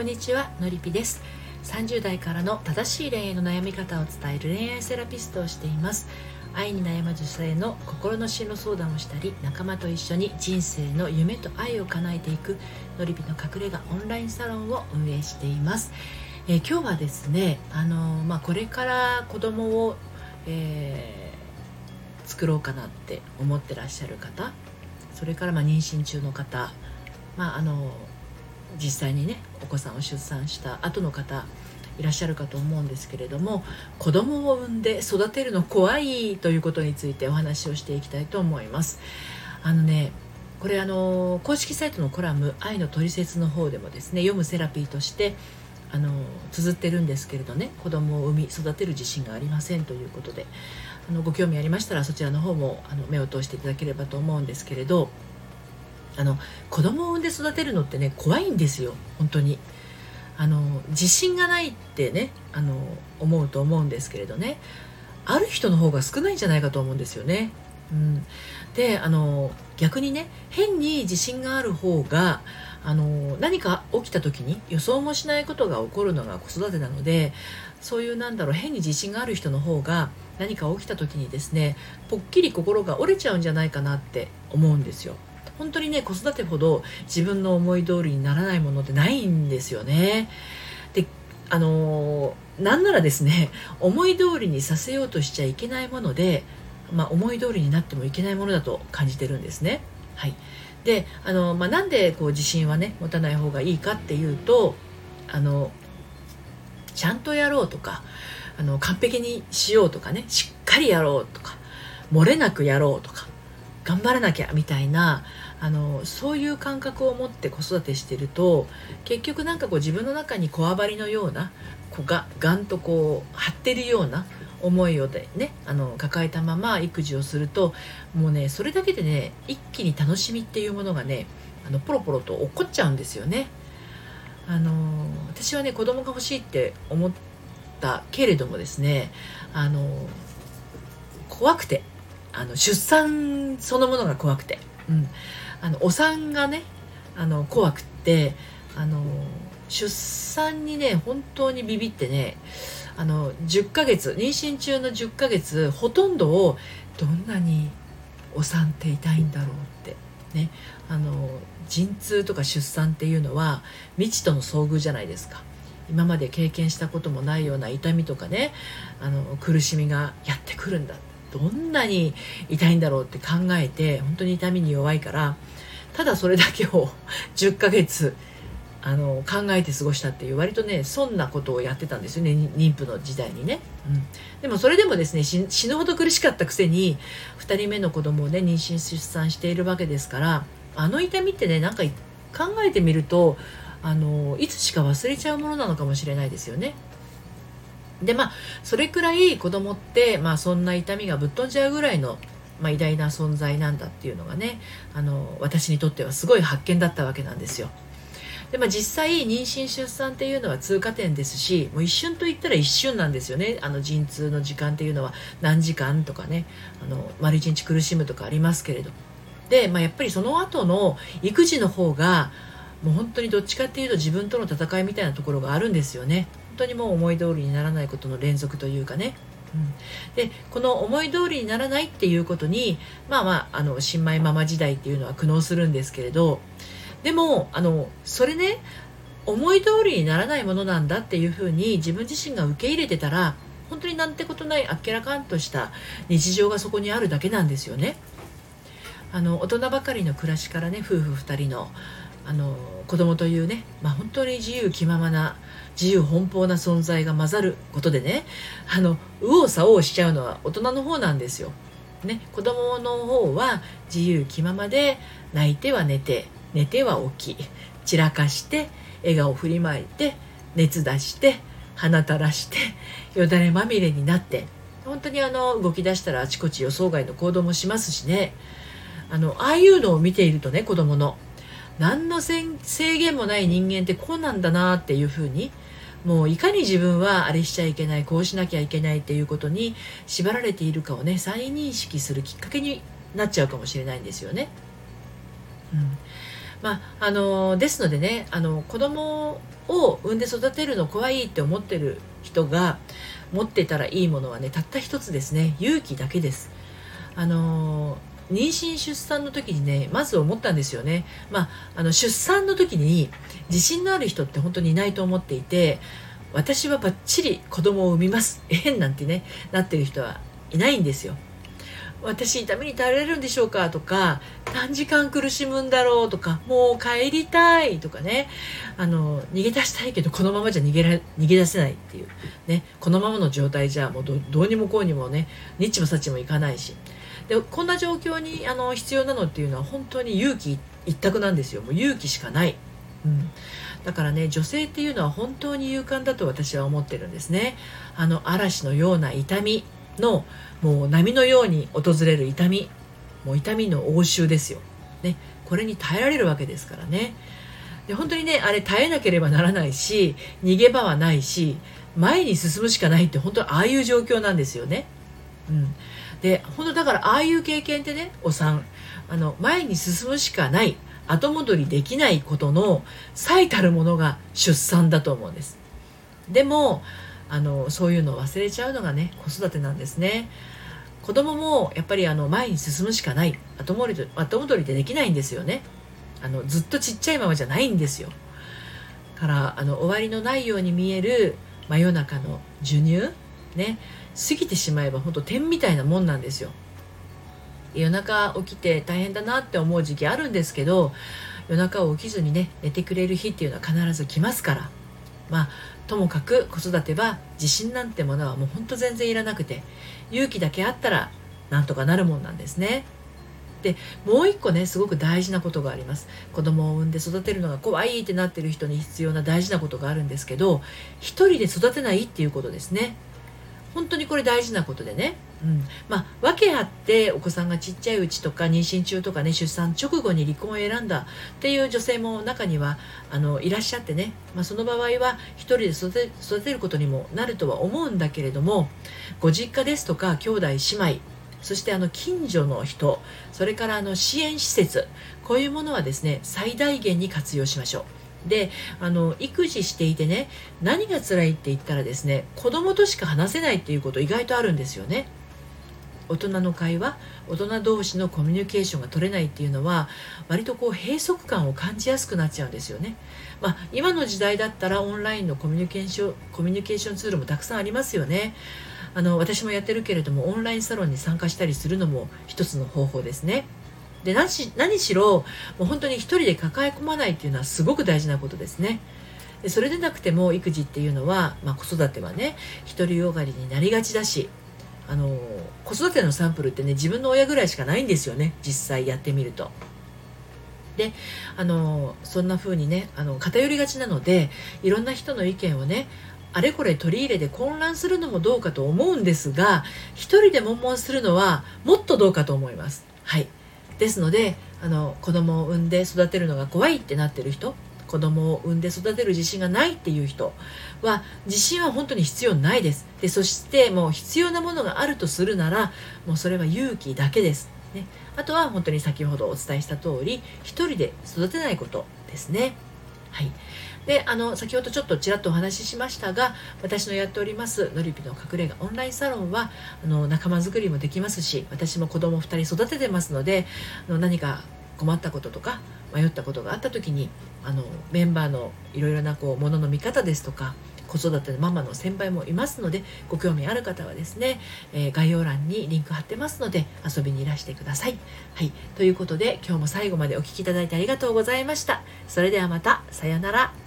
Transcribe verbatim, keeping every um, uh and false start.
んにちは、のりぴです。さんじゅう代からの正しい恋愛の悩み方を伝える恋愛セラピストをしています。愛に悩む女性の心の進路相談をしたり、仲間と一緒に人生の夢と愛を叶えていくのりぴの隠れ家オンラインサロンを運営しています。えー、今日はですね、あのーまあ、これから子供を、えー、作ろうかなって思ってらっしゃる方、それからまあ妊娠中の方、まああのー実際にねお子さんを出産した後の方いらっしゃるかと思うんですけれども、子供を産んで育てるの怖いということについてお話をしていきたいと思います。あのねこれあの公式サイトのコラム愛のトリセツの方でもですね、読むセラピーとしてあの綴ってるんですけれどね、子供を産み育てる自信がありませんということで、あのご興味ありましたらそちらの方もあの目を通していただければと思うんですけれど、あの子供を産んで育てるのってね怖いんですよ。本当にあの自信がないってねあの思うと思うんですけれどね、ある人の方が少ないんじゃないかと思うんですよね。うん、であの逆にね変に自信がある方があの何か起きた時に予想もしないことが起こるのが子育てなので、そういうなんだろう変に自信がある人の方が何か起きた時にですねぽっきり心が折れちゃうんじゃないかなって思うんですよ。本当にね子育てほど自分の思い通りにならないものってないんですよね。であのなんならですね思い通りにさせようとしちゃいけないもので、まあ、思い通りになってもいけないものだと感じてるんですね。はい。であの、まあ、なんでこう自信はね持たない方がいいかっていうと、あのちゃんとやろうとかあの完璧にしようとかね、しっかりやろうとか漏れなくやろうとか頑張らなきゃみたいなあのそういう感覚を持って子育てしてると、結局なんかこう自分の中にこわばりのようなこうがガンとこう張ってるような思いをでねあの抱えたまま育児をすると、もうねそれだけでね一気に楽しみっていうものがねあのポロポロと起こっちゃうんですよね。あの私はね子供が欲しいって思ったけれどもですね、あの怖くてあの出産そのものが怖くて、うん、あのお産がねあの怖くってあの出産にね本当にビビってね、あのじゅっかげつ妊娠中のじゅっかげつほとんどをどんなにお産って痛いんだろうってね、あの陣痛とか出産っていうのは未知との遭遇じゃないですか。今まで経験したこともないような痛みとかねあの苦しみがやってくるんだ、どんなに痛いんだろうって考えて、本当に痛みに弱いからただそれだけをじゅっかげつあの考えて過ごしたっていう割とねそんなことをやってたんですよね、妊婦の時代にね、うん、でもそれでもですね死ぬほど苦しかったくせにふたりめの子供をね妊娠出産しているわけですから、あの痛みってねなんか考えてみるとあのいつしか忘れちゃうものなのかもしれないですよね。でまあそれくらい子供って、まあ、そんな痛みがぶっ飛んじゃうぐらいの、まあ、偉大な存在なんだっていうのがねあの私にとってはすごい発見だったわけなんですよ。で、まあ、実際妊娠出産っていうのは通過点ですし、もう一瞬と言ったら一瞬なんですよね。あの陣痛の時間っていうのは何時間とかねあの丸一日苦しむとかありますけれど、で、まあ、やっぱりその後の育児の方がもう本当にどっちかっていうと自分との戦いみたいなところがあるんですよね。本当にもう思い通りにならないことの連続というかね、うん、でこの思い通りにならないっていうことにまあまああの新米ママ時代っていうのは苦悩するんですけれど、でもあのそれね思い通りにならないものなんだっていうふうに自分自身が受け入れてたら、本当になんてことないあっけらかんとした日常がそこにあるだけなんですよね。あの大人ばかりの暮らしからね夫婦ふたりのあの子供というね、まあ、本当に自由気ままな自由奔放な存在が混ざることでね、あの右往左往しちゃうのは大人の方なんですよ、ね、子供の方は自由気ままで泣いては寝て寝ては起き散らかして笑顔振りまいて熱出して鼻垂らしてよだれまみれになって、本当にあの動き出したらあちこち予想外の行動もしますしね、あのああいうのを見ているとね子供の何の制限もない人間ってこうなんだなっていうふうに、もういかに自分はあれしちゃいけないこうしなきゃいけないっていうことに縛られているかをね再認識するきっかけになっちゃうかもしれないんですよね。うんまああのですのでね、あの子供を産んで育てるの怖いって思ってる人が持ってたらいいものはね、たった一つですね。勇気だけです。あの妊娠出産の時にね、まず思ったんですよね。まあ、あの出産の時に自信のある人って本当にいないと思っていて、私はバッチリ子供を産みますえへんなんてねなってる人はいないんですよ。私痛みに耐えられるんでしょうかとか、何時間苦しむんだろうとか、もう帰りたいとかね、あの逃げ出したいけどこのままじゃ逃げら逃げ出せないっていうね、このままの状態じゃもう ど, どうにもこうにもね、にっちもさっちもいかないし、でこんな状況にあの必要なのっていうのは本当に勇気一択なんですよ。もう勇気しかない、うん、だからね、女性っていうのは本当に勇敢だと私は思ってるんですね。あの嵐のような痛みの、もう波のように訪れる痛み、もう痛みの応酬ですよ、ね、これに耐えられるわけですからね。で本当にね、あれ耐えなければならないし、逃げ場はないし、前に進むしかないって、本当ああいう状況なんですよね。うん、で本当だから、ああいう経験ってね、お産、あの前に進むしかない、後戻りできないことの最たるものが出産だと思うんです。でもあのそういうのを忘れちゃうのがね、子育てなんですね。子供もやっぱりあの前に進むしかない、後戻り後戻りってできないんですよね。あのずっとちっちゃいままじゃないんですよ。からあの終わりのないように見える真夜中の授乳ね、過ぎてしまえば本当点みたいなもんなんですよ。夜中起きて大変だなって思う時期あるんですけど、夜中を起きずにね寝てくれる日っていうのは必ず来ますから、まあともかく子育ては自信なんてものはもう本当全然いらなくて、勇気だけあったらなんとかなるもんなんですね。でもう一個ね、すごく大事なことがあります。子供を産んで育てるのが怖いってなってる人に必要な大事なことがあるんですけど、一人で育てないっていうことですね。本当にこれ大事なことでね、うん、まあ訳あってお子さんがちっちゃいうちとか妊娠中とかね、出産直後に離婚を選んだっていう女性も中にはあのいらっしゃってね、まあ、その場合は一人で育て、育てることにもなるとは思うんだけれども、ご実家ですとか兄弟姉妹、そしてあの近所の人、それからあの支援施設、こういうものはですね最大限に活用しましょう。であの育児していてね、何が辛いって言ったらですね、子供としか話せないっていうこと意外とあるんですよね。大人の会話、大人同士のコミュニケーションが取れないっていうのは、割とこう閉塞感を感じやすくなっちゃうんですよね。まあ、今の時代だったらオンラインのコミュニケーションコミュニケーションツールもたくさんありますよね。あの私もやってるけれども、オンラインサロンに参加したりするのも一つの方法ですね。で 何し、何しろもう本当に一人で抱え込まないっていうのはすごく大事なことですね。でそれでなくても育児っていうのは、まあ、子育てはね独りよがりになりがちだし、あの子育てのサンプルってね、自分の親ぐらいしかないんですよね、実際やってみると。であのそんな風にね、あの偏りがちなので、いろんな人の意見をねあれこれ取り入れて混乱するのもどうかと思うんですが、一人で悶々するのはもっとどうかと思います。はい。ですので、あの子供を産んで育てるのが怖いってなってる人、子供を産んで育てる自信がないっていう人は、自信は本当に必要ないです。でそしてもう必要なものがあるとするなら、もうそれは勇気だけです、ね、あとは本当に先ほどお伝えした通り、一人で育てないことですね。はい。であの先ほどちょっとちらっとお話ししましたが、私のやっておりますのりぴの隠れ家オンラインサロンはあの仲間づくりもできますし、私も子供ふたり育ててますので、あの何か困ったこととか迷ったことがあった時に、あのメンバーのいろいろなこうものの見方ですとか、子育てのママの先輩もいますので、ご興味ある方はですね、えー、概要欄にリンク貼ってますので遊びにいらしてください。はい、ということで今日も最後までお聞きいただいてありがとうございました。それではまた、さようなら。